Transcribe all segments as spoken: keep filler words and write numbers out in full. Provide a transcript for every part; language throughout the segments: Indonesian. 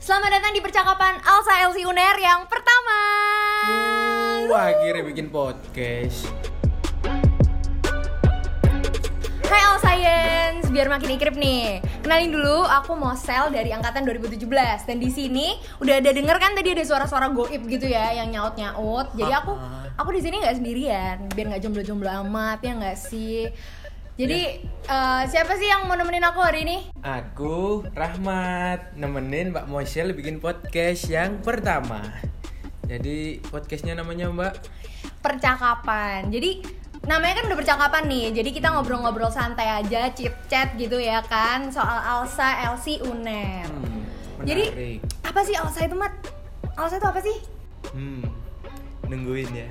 Selamat datang di percakapan Alsa Elsi Uner yang pertama. Wah, akhirnya bikin podcast. Hai All Science, biar makin ikrip nih. Kenalin dulu, aku Mosel dari angkatan dua ribu tujuh belas. Dan di sini udah ada denger kan tadi ada suara-suara goib gitu ya, yang nyaut-nyaut. Jadi aku aku di sini nggak sendirian, biar nggak jomblo-jomblo amat ya nggak sih. Jadi ya. uh, siapa sih yang mau nemenin aku hari ini? Aku Rahmat, nemenin Mbak Mosel bikin podcast yang pertama. Jadi podcastnya namanya Mbak Percakapan. Jadi namanya kan udah percakapan nih. Jadi kita ngobrol-ngobrol santai aja, chit-chat gitu ya kan, soal Alsa Elsi Uner. hmm, Jadi apa sih Alsa itu, Mat? Alsa itu apa sih? Hmm, nungguin ya.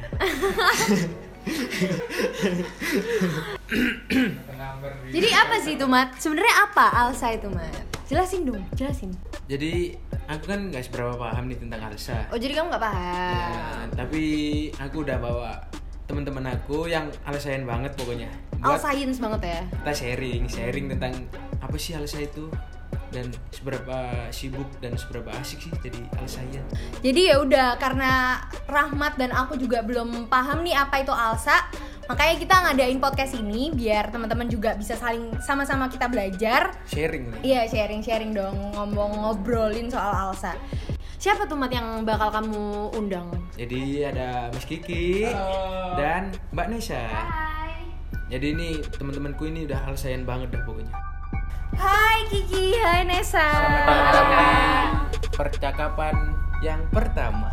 Jadi apa sih itu, Mat? Sebenarnya apa Alsa itu, Mat? Jelasin dong, jelasin. Jadi aku kan nggak seberapa paham nih tentang Alsa. Oh, jadi kamu nggak paham? Ya, tapi aku udah bawa teman-teman aku yang Alsain banget pokoknya. All science banget ya. Kita sharing, sharing tentang apa sih Alsa itu dan seberapa sibuk dan seberapa asik sih jadi Alsain. Jadi ya udah, karena Rahmat dan aku juga belum paham nih apa itu Alsa, makanya kita ngadain podcast ini biar teman-teman juga bisa saling sama-sama kita belajar. Sharing nih. Iya, sharing-sharing dong, ngomong ngobrolin soal Alsa. Siapa tuh, Mat, yang bakal kamu undang? Jadi ada Mas Kiki. Halo. Dan Mbak Nesa. Hai. Jadi ini teman-temanku ini udah Alsain banget dah pokoknya. Hai Kiki, hai Nesa. Selamat datang di percakapan yang pertama.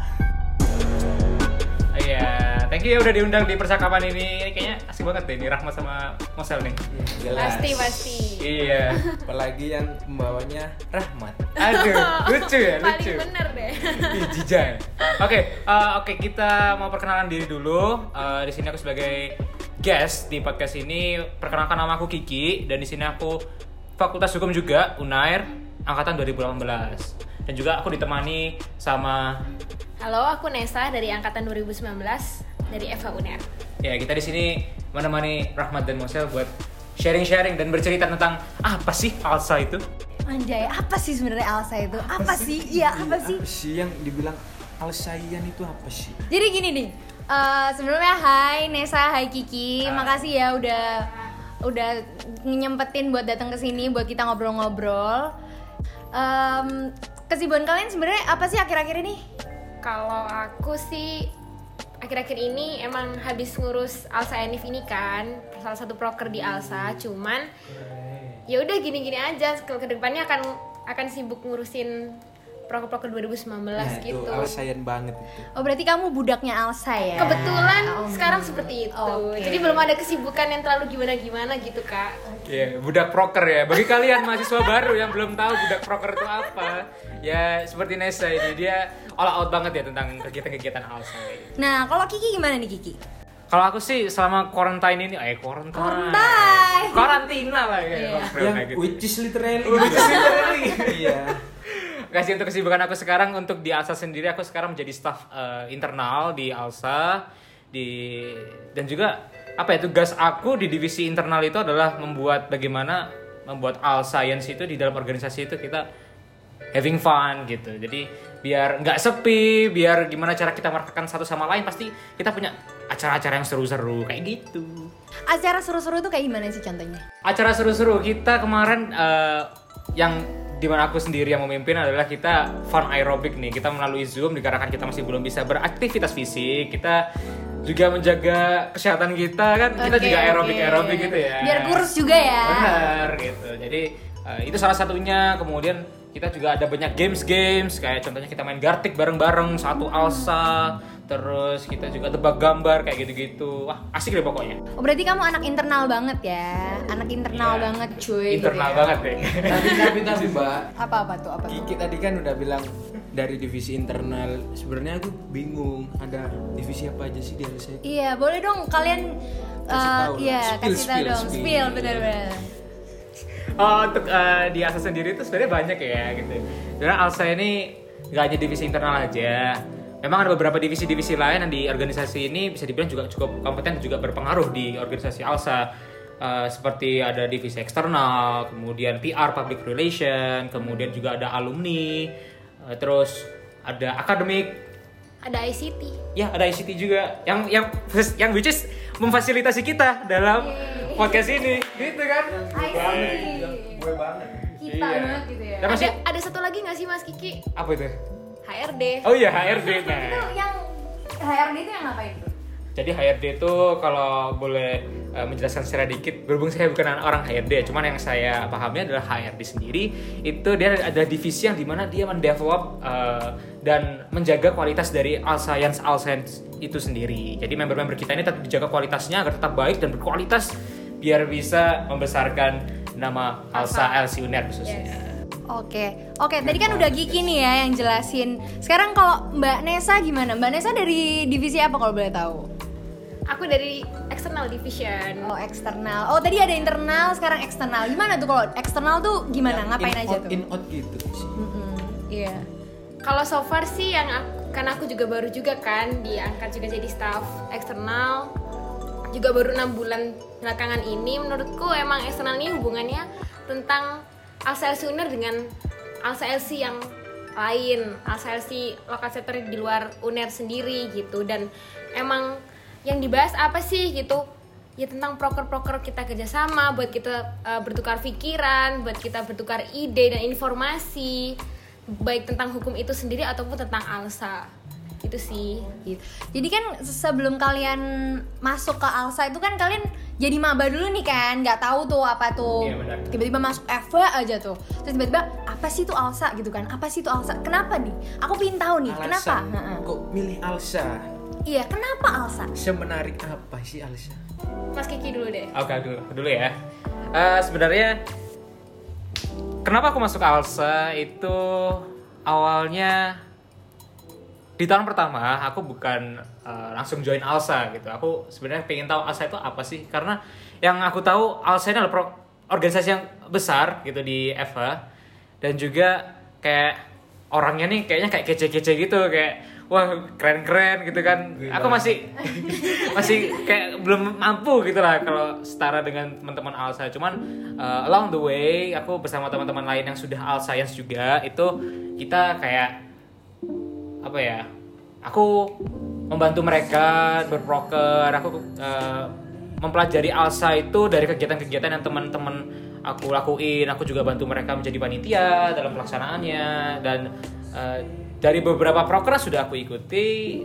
Iya, thank you ya udah diundang di percakapan ini. Ini kayaknya asik banget deh, ini Rahmat sama Mosel nih. Jelas. Pasti pasti. Iya. Apalagi yang pembawanya Rahmat. Aduh, lucu ya, lucu. Paling bener deh. Ih, jijai. Oke, eh, oke kita mau perkenalan diri dulu. Uh, di sini aku sebagai guest di podcast ini. Perkenalkan, nama aku Kiki dan di sini aku Fakultas Hukum juga, Unair, angkatan dua ribu delapan belas. Dan juga aku ditemani sama Halo, aku Nesa dari angkatan dua ribu sembilan belas dari F H Uner. ya, kita di sini menemani Rahmat dan Mosel buat sharing-sharing dan bercerita tentang apa sih Alsa itu? Anjay, apa sih sebenarnya Alsa itu? Apa sih? Iya, apa sih? Apa sih yang dibilang Alsaian itu apa sih? Jadi gini nih, uh, sebelumnya hai Nesa, hai Kiki, Hai. makasih ya udah udah nyempetin buat datang ke sini buat kita ngobrol-ngobrol. Um, kesibukan kalian sebenarnya apa sih akhir-akhir ini? Kalau aku sih akhir-akhir ini emang habis ngurus Alsa Enif ini kan, salah satu proker di Alsa. Cuman ya udah gini-gini aja. Ke kedepannya akan akan sibuk ngurusin proker-proker dua ribu sembilan belas Nah, gitu. itu Alsaian banget itu. Oh, berarti kamu budaknya Alsa ya? Kebetulan Oh. sekarang seperti itu. Oke. Jadi belum ada kesibukan yang terlalu gimana-gimana gitu, Kak. Ya, budak proker ya. Bagi kalian mahasiswa baru yang belum tahu budak proker itu apa, ya seperti Nesa ini, dia all out banget ya tentang kegiatan-kegiatan Alsa. Nah, kalau Kiki gimana nih Kiki? Kalau aku sih selama quarantine ini, eh quarantine, Quarantine. karantina lah ya. Iya. Ngobrol Yang kayak gitu. which is literally. Which is literally. Iya. Kasih untuk kesibukan aku sekarang untuk di Alsa sendiri, aku sekarang menjadi staff uh, internal di Alsa di dan juga apa ya, tugas aku di divisi internal itu adalah membuat bagaimana membuat All Science itu di dalam organisasi itu kita having fun gitu. Jadi biar nggak sepi, biar gimana cara kita merekatkan satu sama lain, pasti kita punya acara-acara yang seru-seru kayak gitu. Acara seru-seru itu kayak gimana sih contohnya? Acara seru-seru kita kemarin uh, yang dimana aku sendiri yang memimpin adalah kita fun aerobik nih. Kita melalui Zoom dikarenakan kita masih belum bisa beraktivitas fisik, kita juga menjaga kesehatan kita kan. Kita Oke, juga aerobik oke. aerobik gitu ya. Biar kurus juga ya. Benar gitu. Jadi uh, itu salah satunya. Kemudian kita juga ada banyak games-games, kayak contohnya kita main Gartic bareng-bareng satu Alsa. Terus kita juga tebak gambar kayak gitu-gitu. Wah, asik deh pokoknya. Oh, berarti kamu anak internal banget ya? Anak internal Iya. banget cuy. Internal gitu ya. banget deh. Tapi tapi tapi Mbak, Apa-apa tuh? Apa tuh? Kiki tadi kan udah bilang dari divisi internal. Sebenarnya aku bingung ada divisi apa aja sih di Alsa itu? Iya, boleh dong kalian Kasih uh, tahu lah. iya, Spill, kasih tahu spill, dong. spill. Spill, benar-benar. Oh, untuk uh, di Alsa sendiri itu sebenarnya banyak ya gitu. Sebenarnya Alsa ini nggak hanya divisi internal aja. Memang ada beberapa divisi-divisi lain yang di organisasi ini bisa dibilang juga cukup kompeten dan juga berpengaruh di organisasi Alsa. Uh, seperti ada divisi eksternal, kemudian P R Public Relation, kemudian juga ada alumni, uh, terus ada akademik, Ada I C T. ya ada I C T juga yang yang yang which is memfasilitasi kita dalam podcast ini, gitu kan? I see. Gue banget. Kita Iya. banget gitu ya. Ya, Ada masih ada satu lagi nggak sih Mas Kiki? apa itu? H R D. Oh iya H R D. Itu Nah, yang H R D itu yang ngapain tuh? jadi H R D itu kalau boleh uh, menjelaskan secara dikit, berhubung saya bukan orang H R D, cuman yang saya pahami adalah H R D sendiri itu dia ada divisi yang dimana dia mendevelop uh, dan menjaga kualitas dari Al Science Al Science itu sendiri. Jadi member-member kita ini tetap dijaga kualitasnya agar tetap baik dan berkualitas biar bisa membesarkan nama Alsa L C Uner khususnya. Oke, oke. Tadi kan udah Kiki nih ya yang jelasin. Sekarang kalau Mbak Nesa gimana? Mbak Nesa dari divisi apa kalau boleh tahu? Aku dari external division. Oh eksternal. Oh tadi ada internal, sekarang eksternal. Gimana tuh kalau eksternal tuh gimana? Yang Ngapain in aja out, tuh? In out gitu sih. Mm-mm, Iya. Kalau so far sih yang aku, karena aku juga baru juga kan diangkat juga jadi staff eksternal, juga baru enam bulan belakangan ini. Menurutku emang eksternal ini hubungannya tentang Alsa L C Uner dengan Alsa L C yang lain, Alsa L C lokal sector di luar Uner sendiri gitu. Dan emang yang dibahas apa sih gitu? Ya tentang proker-proker kita kerjasama, buat kita uh, bertukar pikiran, buat kita bertukar ide dan informasi, baik tentang hukum itu sendiri ataupun tentang Alsa. Gitu sih. Gitu. Jadi kan sebelum kalian masuk ke Alsa itu kan kalian jadi maba dulu nih kan, nggak tahu tuh apa tuh. Iya, benar. Tiba-tiba masuk F A aja tuh. Terus tiba-tiba apa sih itu Alsa gitu kan? Apa sih itu Alsa? Kenapa nih? Aku pengen tahu nih, kenapa? Alasan Heeh. kok milih Alsa? Iya, kenapa Alsa? Semenarik apa sih Alsa? Mas Kiki dulu deh. Oke, dulu, dulu ya. Uh, sebenarnya kenapa aku masuk Alsa itu awalnya di tahun pertama aku bukan uh, langsung join Alsa gitu. Aku sebenarnya pengen tahu Alsa itu apa sih, karena yang aku tahu Alsa ini adalah pro- organisasi yang besar gitu di F A, dan juga kayak orangnya nih kayaknya kayak kece-kece gitu, kayak wah keren-keren gitu kan. Aku masih masih kayak belum mampu gitu lah kalau setara dengan teman-teman Alsa. Cuman uh, along the way aku bersama teman-teman lain yang sudah Al Science juga, itu kita kayak apa ya, aku membantu mereka berproker, aku uh, mempelajari Alsa itu dari kegiatan-kegiatan yang teman-teman aku lakuin. Aku juga bantu mereka menjadi panitia dalam pelaksanaannya, dan uh, dari beberapa proker sudah aku ikuti,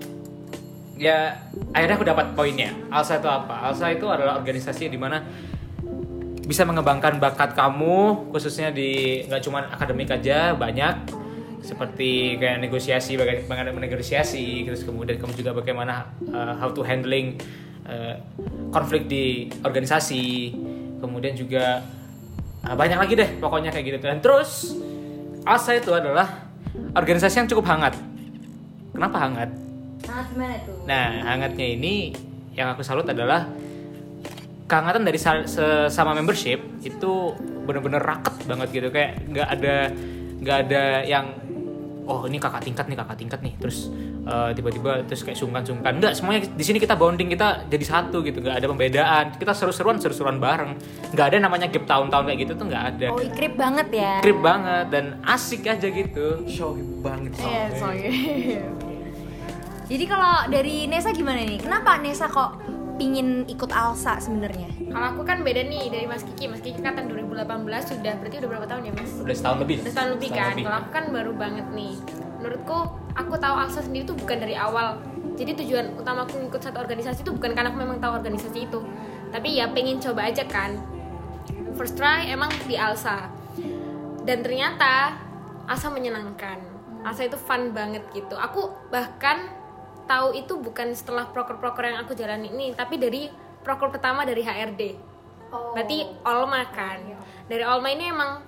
ya akhirnya aku dapat poinnya. Alsa itu apa? Alsa itu adalah organisasi di mana bisa mengembangkan bakat kamu, khususnya di nggak cuma akademik aja, banyak seperti kayak negosiasi, bagaimana menegosiasi, terus kemudian kamu juga bagaimana uh, how to handling uh, konflik di organisasi, kemudian juga uh, banyak lagi deh pokoknya kayak gitu. Dan terus Alsa itu adalah organisasi yang cukup hangat. Kenapa hangat? Nah, gimana tuh? Nah, hangatnya ini yang aku salut adalah kehangatan dari sesama membership itu bener-bener raket banget gitu, kayak nggak ada nggak ada yang oh ini kakak tingkat nih kakak tingkat nih terus uh, tiba-tiba terus kayak sungkan-sungkan. Nggak, semuanya di sini kita bonding, kita jadi satu gitu, nggak ada pembedaan, kita seru-seruan seru-seruan bareng, nggak ada namanya gap tahun-tahun kayak gitu tuh nggak ada. Oh, ikrip banget ya. Krip banget dan asik aja gitu. Show banget sih. Iya, sorry. Jadi kalau dari Nesa gimana nih? Kenapa Nesa kok pingin ikut Alsa sebenarnya? Kalau aku kan beda nih dari Mas Kiki. Mas Kiki kan tahun dua ribu delapan belas, sudah berarti udah berapa tahun ya Mas? Udah setahun lebih. Udah setahun lebih kan. Kalau aku kan baru banget nih. Menurutku aku tahu Alsa sendiri tuh bukan dari awal. Jadi tujuan utama aku ikut satu organisasi itu bukan karena aku memang tahu organisasi itu, tapi ya pengen coba aja kan. First try emang di Alsa. Dan ternyata Alsa menyenangkan. Alsa itu fun banget gitu. Aku bahkan tahu itu bukan setelah proker-proker yang aku jalani ini, tapi dari proker pertama dari H R D. Oh. Berarti Olma kan. Dari Olma ini emang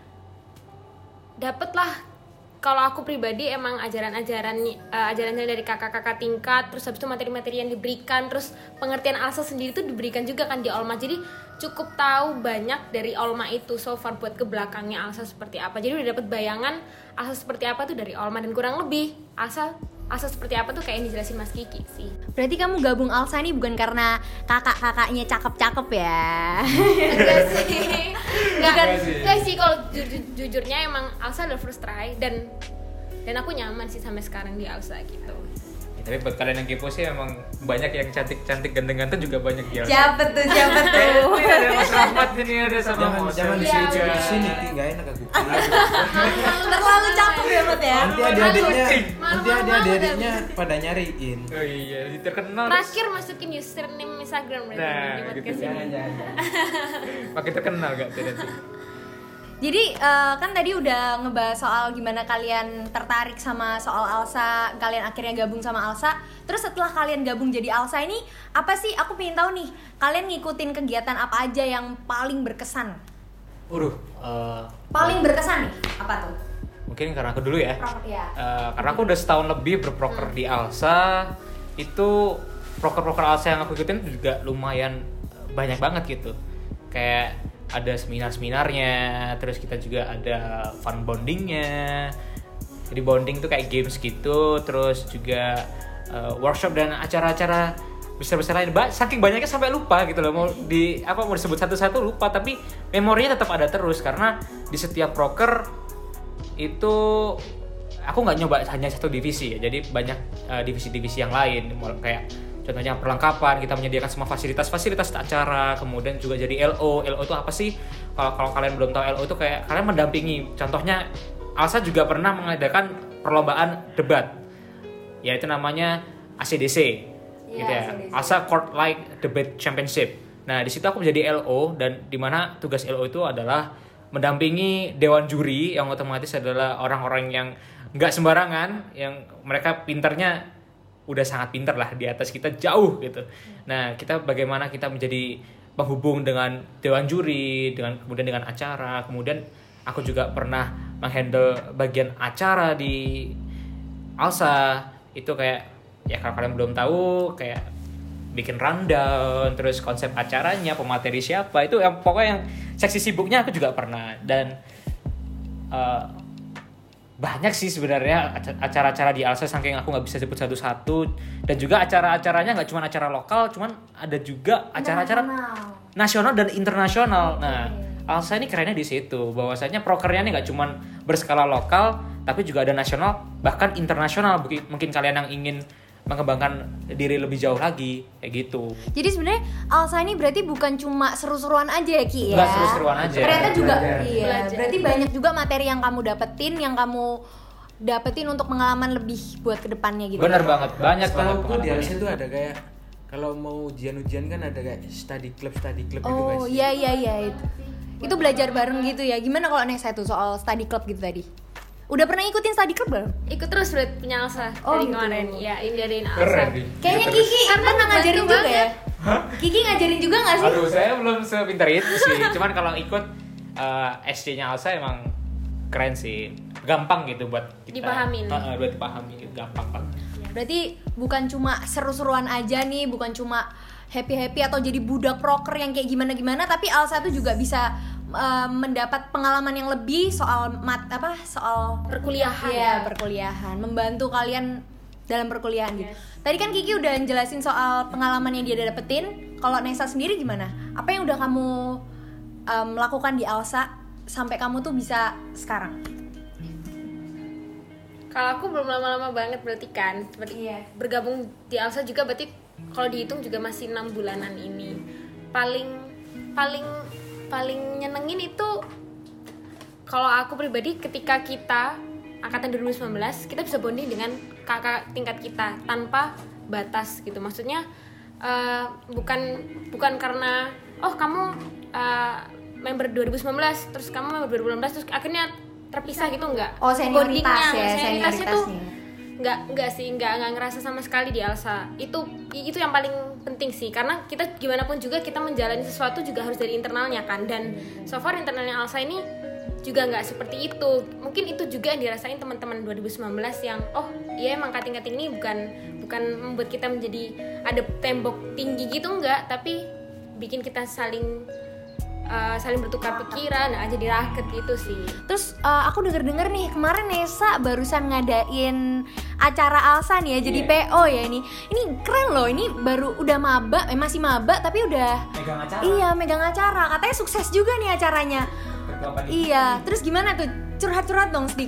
dapet lah, kalau aku pribadi emang ajaran-ajaran uh, ajaran-ajaran dari kakak-kakak tingkat, terus habis itu materi-materi yang diberikan, terus pengertian Alsa sendiri itu diberikan juga kan di Olma. Jadi cukup tahu banyak dari Olma itu so far buat ke belakangnya Alsa seperti apa. Jadi udah dapet bayangan Alsa seperti apa tuh dari Olma, dan kurang lebih Alsa Alsa seperti apa tuh kayak yang dijelasin Mas Kiki sih. Berarti kamu gabung Alsa ini bukan karena kakak-kakaknya cakep-cakep ya? Enggak sih. Enggak, Enggak sih. enggak sih, kalau ju- ju- jujurnya emang Alsa adalah first try, dan dan aku nyaman sih sampai sekarang di Alsa gitu. Tapi buat kalian yang kepo sih emang banyak yang cantik-cantik ganteng-ganteng juga banyak ya. Siapa tuh? Siapa tuh? Ini ada Mas Rahmat ini ada sama Jangan Mosel jangan juga. disebut di sini, Ti, nggak enak aku. Terlalu cakep ya, Mat ya. Nanti adik-adiknya, Kucing. nanti adik-adiknya pada nyariin. Oh iya, terkenal. Terakhir masukin username Instagram berarti Nah, di gitu. podcast ini. Jangan jangan. Makin terkenal gak tuh nanti? Jadi eh, kan tadi udah ngebahas soal gimana kalian tertarik sama soal Alsa, kalian akhirnya gabung sama Alsa. Terus setelah kalian gabung jadi Alsa ini, apa sih? Aku pengen tahu nih, kalian ngikutin kegiatan apa aja yang paling berkesan? Waduh, eh, Paling berkesan nih, apa tuh? mungkin karena aku dulu ya. Pro- ya. Eh, karena aku udah setahun lebih berproker di Alsa, itu proker-proker Alsa yang aku ikutin juga lumayan banyak banget gitu. Kayak ada seminar-seminarnya, terus kita juga ada fun bondingnya. Jadi bonding tuh kayak games gitu, terus juga uh, workshop dan acara-acara besar-besar lain. Ba- saking banyaknya sampai lupa gitu loh, mau di apa mau disebut satu-satu lupa, tapi memorinya tetap ada terus karena di setiap proker itu aku nggak nyoba hanya satu divisi ya, jadi banyak uh, divisi-divisi yang lain, kayak contohnya perlengkapan, kita menyediakan semua fasilitas-fasilitas acara, kemudian juga jadi L O. L O itu apa sih? Kalau kalau kalian belum tahu L O itu kayak kalian mendampingi. Contohnya Alsa juga pernah mengadakan perlombaan debat, yaitu namanya A C D C, Iya, gitu ya. A C D C. Alsa Court Like Debate Championship. Nah di situ aku menjadi L O, dan di mana tugas L O itu adalah mendampingi dewan juri yang otomatis adalah orang-orang yang nggak sembarangan, yang mereka pinternya udah sangat pintar lah, di atas kita jauh gitu. Nah, kita bagaimana kita menjadi penghubung dengan dewan juri, dengan kemudian dengan acara. Kemudian aku juga pernah menghandle bagian acara di Alsa. Itu kayak ya kalau kalian belum tahu, kayak bikin rundown, terus konsep acaranya, pemateri siapa, itu yang pokoknya yang seksi sibuknya aku juga pernah. Dan uh, banyak sih sebenarnya acara-acara di Alsa, saking aku nggak bisa sebut satu-satu. Dan juga acara-acaranya nggak cuma acara lokal, cuman ada juga acara-acara nasional dan internasional. Nah, Alsa ini kerennya di situ, bahwasanya prokernya ini nggak cuma berskala lokal, tapi juga ada nasional bahkan internasional. Mungkin kalian yang ingin mengembangkan diri lebih jauh lagi kayak gitu. Jadi sebenarnya Alsa ini berarti bukan cuma seru-seruan aja ya, Ki ya. Nggak seru-seruan aja. Ternyata juga Belajar. iya. Belajar. Berarti banyak juga materi yang kamu dapetin, yang kamu dapetin untuk pengalaman lebih buat kedepannya gitu. Bener banget, banyak Setahu banget aku di pengalamannya. Alsa itu ada kayak kalau mau ujian-ujian kan ada kayak study club study club gitu Oh guys. iya iya iya itu. Itu belajar bareng gitu ya. Gimana kalau Nesa tuh soal study club gitu tadi? Udah pernah ikutin study club belum? Ikut terus berarti punya Alsa Oh, dari gitu. kemarin. Ya, ini dari Alsa. Keren nih. Kayaknya Terus. Kiki Karena pernah ngajarin bantu juga ya? banget. Kiki ngajarin juga gak sih? Aduh, saya belum sepintar itu sih. Cuman kalau ikut uh, S C-nya Alsa emang keren sih. Gampang gitu buat kita. Dipahamin. Uh, uh, buat dipahami, gampang banget. Berarti bukan cuma seru-seruan aja nih, bukan cuma happy-happy atau jadi budak proker yang kayak gimana-gimana, tapi Alsa tuh juga bisa uh, mendapat pengalaman yang lebih soal mat apa soal Perkuliahan. Iya, perkuliahan, membantu kalian dalam perkuliahan gitu. Tadi kan Kiki udah jelasin soal pengalaman yang dia udah dapetin. Kalau Nesa sendiri gimana? Apa yang udah kamu um, lakukan di Alsa sampai kamu tuh bisa sekarang? Kalau aku belum lama-lama banget berarti kan, seperti Iya. bergabung di Alsa juga berarti kalau dihitung juga masih enam bulanan ini. Paling paling paling nyenengin itu kalau aku pribadi ketika kita angkatan dua ribu sembilan belas kita bisa bonding dengan kakak tingkat kita tanpa batas gitu. Maksudnya uh, bukan bukan karena oh kamu uh, member dua ribu sembilan belas terus kamu member dua ribu enam belas terus akhirnya terpisah gitu, enggak. Oh, senioritas Bondingnya, ya, senioritasnya tuh senioritasnya. enggak enggak sih, enggak enggak ngerasa sama sekali di Alsa. Itu itu yang paling penting sih, karena kita gimana pun juga kita menjalani sesuatu juga harus dari internalnya kan. Dan so far internalnya Alsa ini juga nggak seperti itu. Mungkin itu juga yang dirasain teman-teman dua ribu sembilan belas yang oh iya emang kating-kating ini bukan bukan membuat kita menjadi ada tembok tinggi gitu, enggak, tapi bikin kita saling uh, saling bertukar pikiran, nah jadi raket gitu sih. Terus uh, aku denger-denger nih kemarin Nesa barusan ngadain acara Alsa nih ya, jadi Iya. P O ya ini. Ini keren loh, ini baru udah maba, eh masih maba tapi udah Megang acara. Iya, megang acara. Katanya sukses juga nih acaranya. Iya, terus gimana tuh? Curhat-curhat dong sedikit.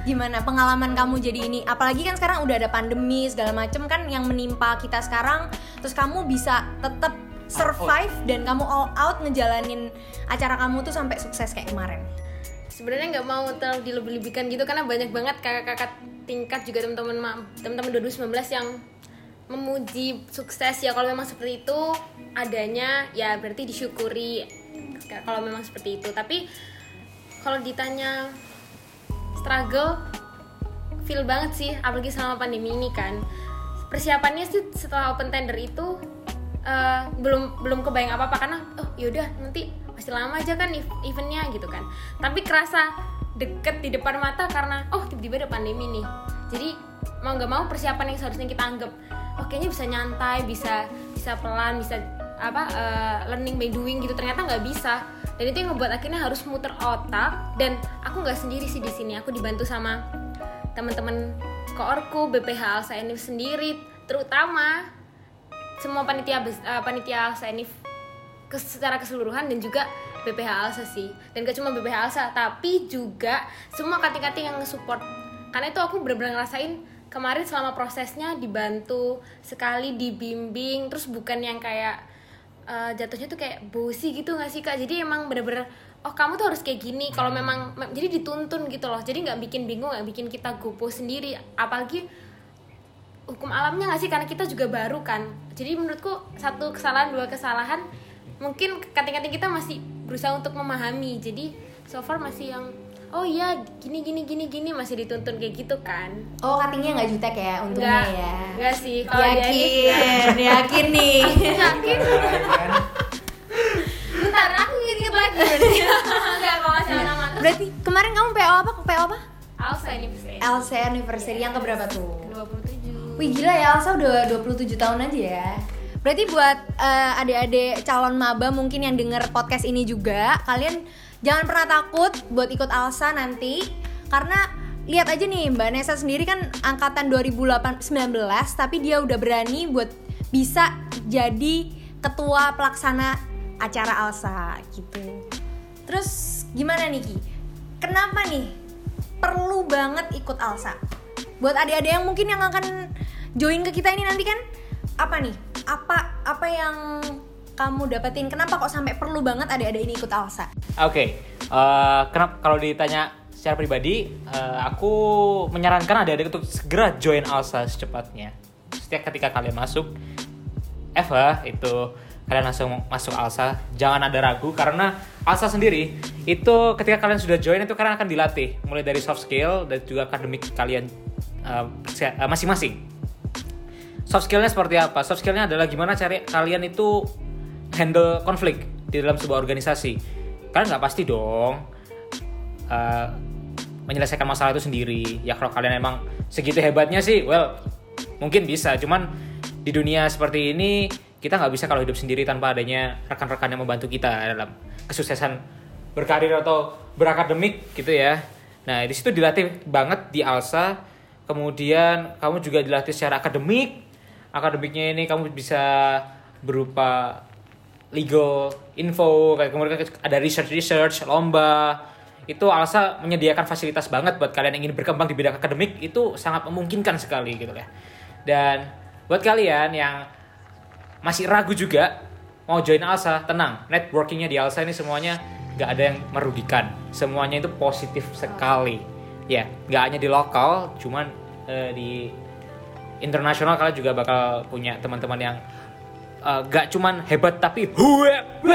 gimana pengalaman kamu jadi ini? Apalagi kan sekarang udah ada pandemi segala macem kan yang menimpa kita sekarang. Terus kamu bisa tetap survive dan kamu all out ngejalanin acara kamu tuh sampai sukses kayak kemarin. Sebenarnya nggak mau terlalu dilebih-lebihkan gitu karena banyak banget kakak-kakak tingkat juga teman-teman teman-teman dua ribu sembilan belas yang memuji sukses ya. Kalau memang seperti itu adanya ya berarti disyukuri kalau memang seperti itu. Tapi kalau ditanya struggle, feel banget sih, apalagi selama pandemi ini kan. Persiapannya sih setelah open tender itu uh, belum belum kebayang apa-apa karena oh yaudah nanti masih lama aja kan eventnya gitu kan. Tapi kerasa deket di depan mata karena oh tiba-tiba ada pandemi nih. Jadi mau nggak mau persiapan yang seharusnya kita anggap oh kayaknya bisa nyantai, bisa bisa pelan, bisa apa uh, learning by doing gitu, ternyata nggak bisa. Dan itu yang membuat akhirnya harus muter otak. Dan aku nggak sendiri sih di sini, aku dibantu sama teman-teman koorku, B P H Alsa Enif sendiri, terutama semua panitia uh, panitia Alsa Enif secara keseluruhan dan juga B P H Alsa sih. Dan gak cuma B P H Alsa, tapi juga semua kating-kating yang nge-support. Karena itu aku benar-benar ngerasain kemarin selama prosesnya dibantu sekali, dibimbing, terus bukan yang kayak uh, jatuhnya tuh kayak bosi gitu nggak sih Kak? Jadi emang bener-bener oh kamu tuh harus kayak gini. Kalau memang jadi dituntun gitu loh. Jadi nggak bikin bingung, nggak bikin kita gopo sendiri. Apalagi hukum alamnya nggak sih? Karena kita juga baru kan. Jadi menurutku satu kesalahan dua kesalahan mungkin kating-kating kita masih berusaha untuk memahami. Jadi so far masih yang oh iya gini gini gini gini masih dituntun kayak gitu kan. Oh katingnya nggak jutek ya untungnya. Nggak, ya nggak sih kalau yakin yakin nih yakin bentar aku inget lagi berarti nggak mau ngasih nama terus. Berarti kemarin kamu P O apa P O apa Alsa Anniversary Alsa Anniversary yang keberapa tuh? dua puluh tujuh. Wih gila ya, Alsa udah dua puluh tujuh tahun aja ya. Berarti buat uh, adik-adik calon maba mungkin yang denger podcast ini juga, kalian jangan pernah takut buat ikut Alsa nanti. Karena lihat aja nih, Mbak Nessa sendiri kan angkatan dua ribu sembilan belas, tapi dia udah berani buat bisa jadi ketua pelaksana acara Alsa gitu. Terus gimana nih Ki? Kenapa nih perlu banget ikut Alsa? Buat adik-adik yang mungkin yang akan join ke kita ini nanti kan, apa nih? Apa apa yang kamu dapetin? Kenapa kok sampai perlu banget adik-adik ini ikut Alsa? Oke, okay. uh, kenapa kalau ditanya secara pribadi, uh, aku menyarankan adik-adik untuk segera join Alsa secepatnya. Setiap ketika kalian masuk F H itu kalian langsung masuk Alsa, jangan ada ragu karena Alsa sendiri itu ketika kalian sudah join itu kalian akan dilatih mulai dari soft skill dan juga akademik kalian uh, masing-masing. Soft skillnya seperti apa? Soft skillnya adalah gimana cara kalian itu handle konflik di dalam sebuah organisasi. Kalian nggak pasti dong uh, menyelesaikan masalah itu sendiri. Ya kalau kalian emang segitu hebatnya sih, well mungkin bisa. Cuman di dunia seperti ini kita nggak bisa kalau hidup sendiri tanpa adanya rekan-rekan yang membantu kita dalam kesuksesan berkarir atau berakademik gitu ya. Nah di situ dilatih banget di Alsa. Kemudian kamu juga dilatih secara akademik. Akademiknya ini kamu bisa berupa legal info, kayak kemudian ada research-research, lomba. Itu Alsa menyediakan fasilitas banget buat kalian yang ingin berkembang di bidang akademik, itu sangat memungkinkan sekali gitu ya. Dan buat kalian yang masih ragu juga mau join Alsa, tenang, networkingnya di Alsa ini semuanya nggak ada yang merugikan, semuanya itu positif sekali. Ya, nggak hanya di lokal, cuman uh, di internasional kalian juga bakal punya teman-teman yang uh, gak cuman hebat tapi huwe.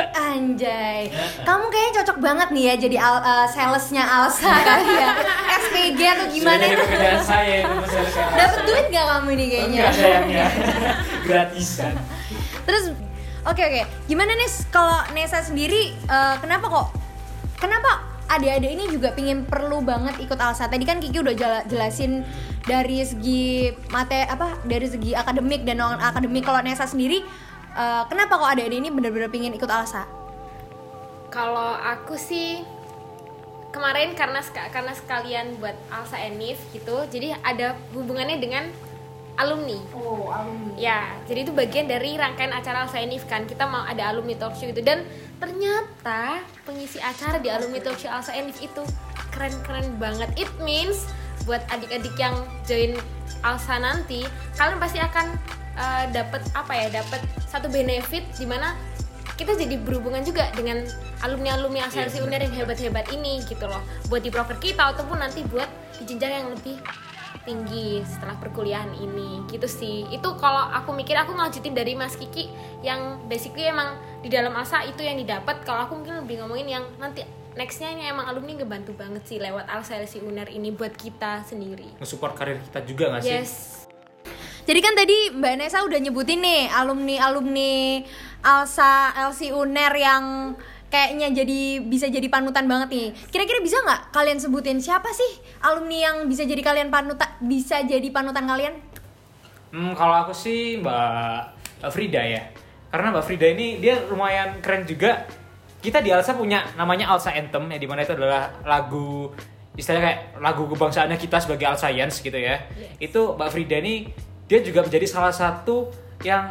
Anjay, kamu kayaknya cocok banget nih ya jadi al, uh, salesnya Alsa kali ya. S P G atau gimana? Sudah jadi pekerjaan saya itu sales Alsa. Dapat duit gak kamu ini kayaknya? Enggak sayangnya, gratisan. Terus, oke okay, oke, okay. Gimana nih kalau Nessa sendiri? Uh, kenapa kok? Kenapa adik-adik ini juga pingin perlu banget ikut Alsa? Tadi kan Kiki udah jelasin dari segi mate apa dari segi akademik dan non akademik. Kalau Nessa sendiri uh, kenapa kok adik-adik ini benar-benar pingin ikut Alsa? Kalau aku sih kemarin karena karena sekalian buat Alsa Enif gitu, jadi ada hubungannya dengan alumni. Oh, alumni. Ya, jadi itu bagian dari rangkaian acara Alsa Enif kan. Kita mau ada alumni talk show itu, dan ternyata pengisi acara di alumni talk show Alsa Enif itu keren-keren banget. It means buat adik-adik yang join Alsa nanti, kalian pasti akan uh, dapat apa ya, dapat satu benefit di mana kita jadi berhubungan juga dengan alumni-alumni Alsa L C Unair yang hebat-hebat ini gitu loh, buat di proker kita ataupun nanti buat di jenjang yang lebih tinggi setelah perkuliahan ini gitu sih. Itu kalau aku mikir, aku ngelanjutin dari Mas Kiki yang basically emang di dalam Alsa itu yang didapat. Kalau aku mungkin lebih ngomongin yang nanti nextnya ini emang alumni ngebantu banget sih lewat Alsa L C Unair ini buat kita sendiri, nge-support karir kita juga nggak sih? yes. Jadi kan tadi Mbak Nesa udah nyebutin nih alumni-alumni Alsa L C Unair yang kayaknya jadi bisa jadi panutan banget nih. Kira-kira bisa nggak kalian sebutin siapa sih alumni yang bisa jadi kalian panutan, bisa jadi panutan kalian? Hmm, kalau aku sih Mbak Frida ya. Karena Mbak Frida ini dia lumayan keren juga. Kita di Alsa punya namanya Alsa Anthem ya, dimana itu adalah lagu istilahnya kayak lagu kebangsaannya kita sebagai Alscience gitu ya. Yes. Itu Mbak Frida ini dia juga menjadi salah satu yang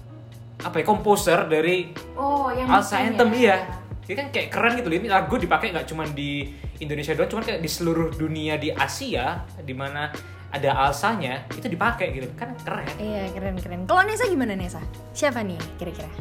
apa ya, komposer dari oh, yang Alsa Anthem ya. Jadi kan kayak keren gitu, ini lagu dipakai nggak cuma di Indonesia doang, cuma kayak di seluruh dunia, di Asia di mana ada Alsanya itu dipakai gitu, kan keren. Iya, keren-keren. Kalau Nesa gimana Nesa? Siapa nih kira-kira?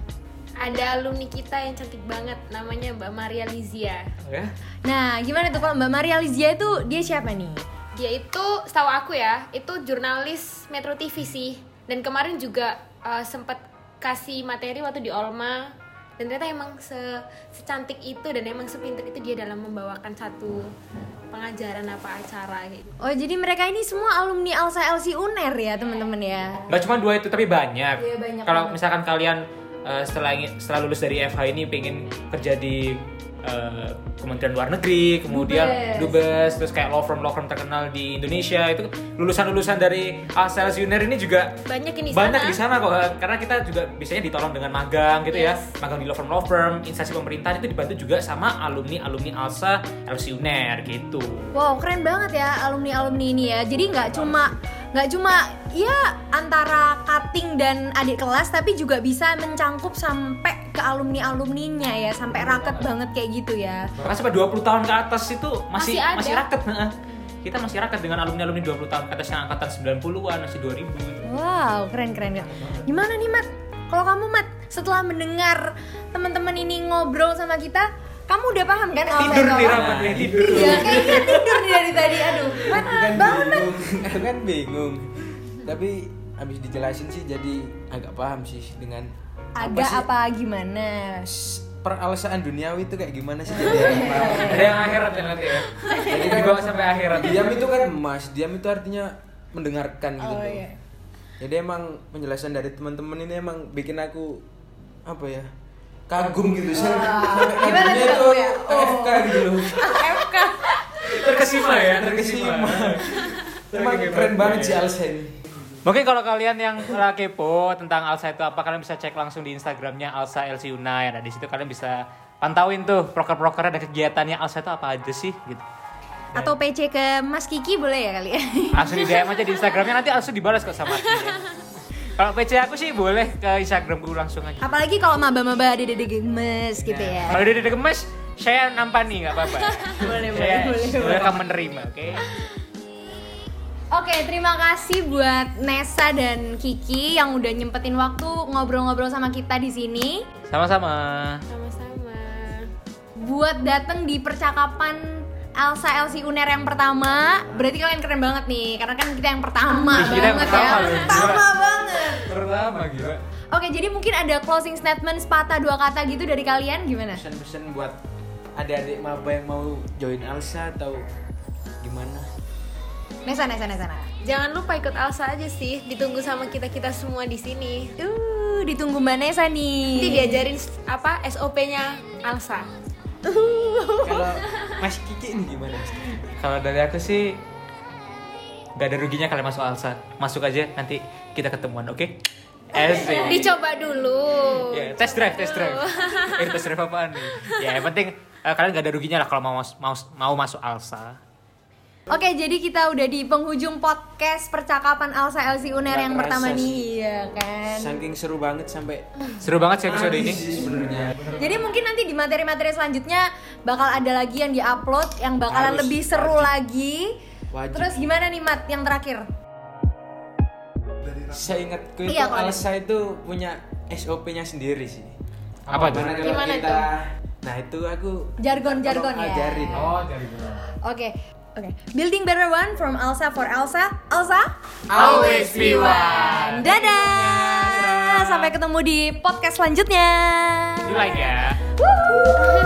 Ada alumni kita yang cantik banget, namanya Mbak Maria Lizia. Oh ya? Nah, gimana tuh kalau Mbak Maria Lizia itu dia siapa nih? Dia itu setahu aku ya, itu jurnalis Metro T V sih. Dan kemarin juga uh, sempat kasih materi waktu di Olma. Dan ternyata emang se- secantik itu dan emang sepintar itu dia dalam membawakan satu pengajaran apa acara gitu. Oh, jadi mereka ini semua alumni Alsa L C Unair ya, teman-teman ya. Nggak cuma dua itu tapi banyak. Iya, banyak Kalau banget. misalkan kalian uh, setelah setelah lulus dari F H ini pengen kerja di uh, Kementerian Luar Negeri, kemudian Dubes, terus kayak law firm law firm terkenal di Indonesia, itu lulusan-lulusan dari Alsa L C Unair ini juga Banyak di banyak sana. di sana kok, karena kita juga biasanya ditolong dengan magang gitu Yes. ya, magang di law firm law firm, instansi pemerintahan itu dibantu juga sama alumni alumni Alsa L C Unair gitu. Wow, keren banget ya alumni-alumni ini ya. Jadi nggak cuma nggak cuma ya antara cutting dan adik kelas, tapi juga bisa mencangkup sampai ke alumni-alumninya ya, sampai raket banget kayak gitu ya. Bahkan sampai dua puluh tahun ke atas itu masih Masih ada. masih raket. Heeh. Kita masih raket dengan alumni-alumni dua puluh tahun ke atas yang angkatan sembilan puluhan, masih dua ribu. Wow, keren keren ya. Gimana nih Mat? Kalau kamu Mat, setelah mendengar teman-teman ini ngobrol sama kita, kamu udah paham kan? Tidur nih rapat nih, tidur. Iya, kayaknya tidur nih dari tadi. Aduh, Mat, kan bangun Mat. bingung, aku kan bingung. Tapi habis dijelasin sih jadi agak paham sih dengan Agak sih apa gimana? peralasan duniawi itu kayak gimana sih, jadi agak paham. Ada yang akhirat ya nanti ya. Jadi kan Dibawa sampai akhirat. diam itu kan emas, diam itu artinya mendengarkan gitu. Oh, loh. iya. Jadi emang penjelasan dari teman-teman ini emang bikin aku apa ya, kagum gitu sih. Gimana Kagumnya tuh, itu ya? A F K gitu loh. F K. Terkesima ya, Terkesima. terkesima. Emang keren banget sih Alsa ini. Mungkin kalau kalian yang uh, kepo tentang Alsa itu apa, kalian bisa cek langsung di Instagramnya Alsa L C Unair. Nah, di situ kalian bisa pantauin tuh proker-prokernya dan kegiatannya Alsa itu apa aja sih gitu. Atau P C ke Mas Kiki boleh ya kali ya? Langsung di D M aja di Instagramnya, nanti langsung dibalas kok sama aku ya. Kalau P C aku sih boleh ke Instagramku langsung aja. Apalagi kalau maba-maba dede gemes gitu ya. Kalau dia gemes, saya nampani nggak apa-apa. Boleh, Saya boleh, boleh. welcome menerima, oke? Oke, terima kasih buat Nesa dan Kiki yang udah nyempetin waktu ngobrol-ngobrol sama kita di sini. Sama-sama. Sama-sama. Buat datang di percakapan Alsa L C Unair yang pertama, berarti kalian keren banget nih, karena kan kita yang pertama Ih, kita yang banget pertama ya. loh, Pertama gila. banget. Pertama gila. Oke, jadi mungkin ada closing statement sepatah dua kata gitu dari kalian, gimana? Pesan-pesan buat adik-adik maba yang mau join Alsa atau gimana? Nesa, Nesa, Nesa. Nesa. Jangan lupa ikut Alsa aja sih, ditunggu sama kita-kita semua di sini. Uh, ditunggu Mbak Nesa nih. Nanti diajarin apa S O P-nya Alsa. Kalau Mas Kiki ini gimana? Mas Kiki? Kalau dari aku sih nggak ada ruginya kalian masuk Alsa. Masuk aja, nanti kita ketemuan, oke? Asik. Dicoba dulu. Ya, test drive, test drive. Eh, test drive apaan nih? Ya, yang penting eh, kalian nggak ada ruginya lah kalau mau mas- mau mau masuk Alsa. Oke, jadi kita udah di penghujung podcast percakapan Alsa L C Unair Nggak yang kerasa pertama sih. nih, ya kan. Saking seru banget sampai Seru banget sih episode ini. habis sih sebenarnya. Jadi mungkin nanti di materi-materi selanjutnya bakal ada lagi yang diupload yang bakalan Harus, lebih seru wajib. lagi. Wajib. Terus gimana nih Mat yang terakhir? Saya ingatku itu Iya, kalau- Alsa itu punya S O P-nya sendiri sih. Apa tuh? Gimana kalau Gimana kita tuh? Nah, itu aku Jargon-jargon tolong ya. ajarin. Oh, jadi benar. Oke. Oke. Building better one from Alsa for Elsa. Elsa Always be one. Dadah. Sampai ketemu di podcast selanjutnya. You like ya? Woo.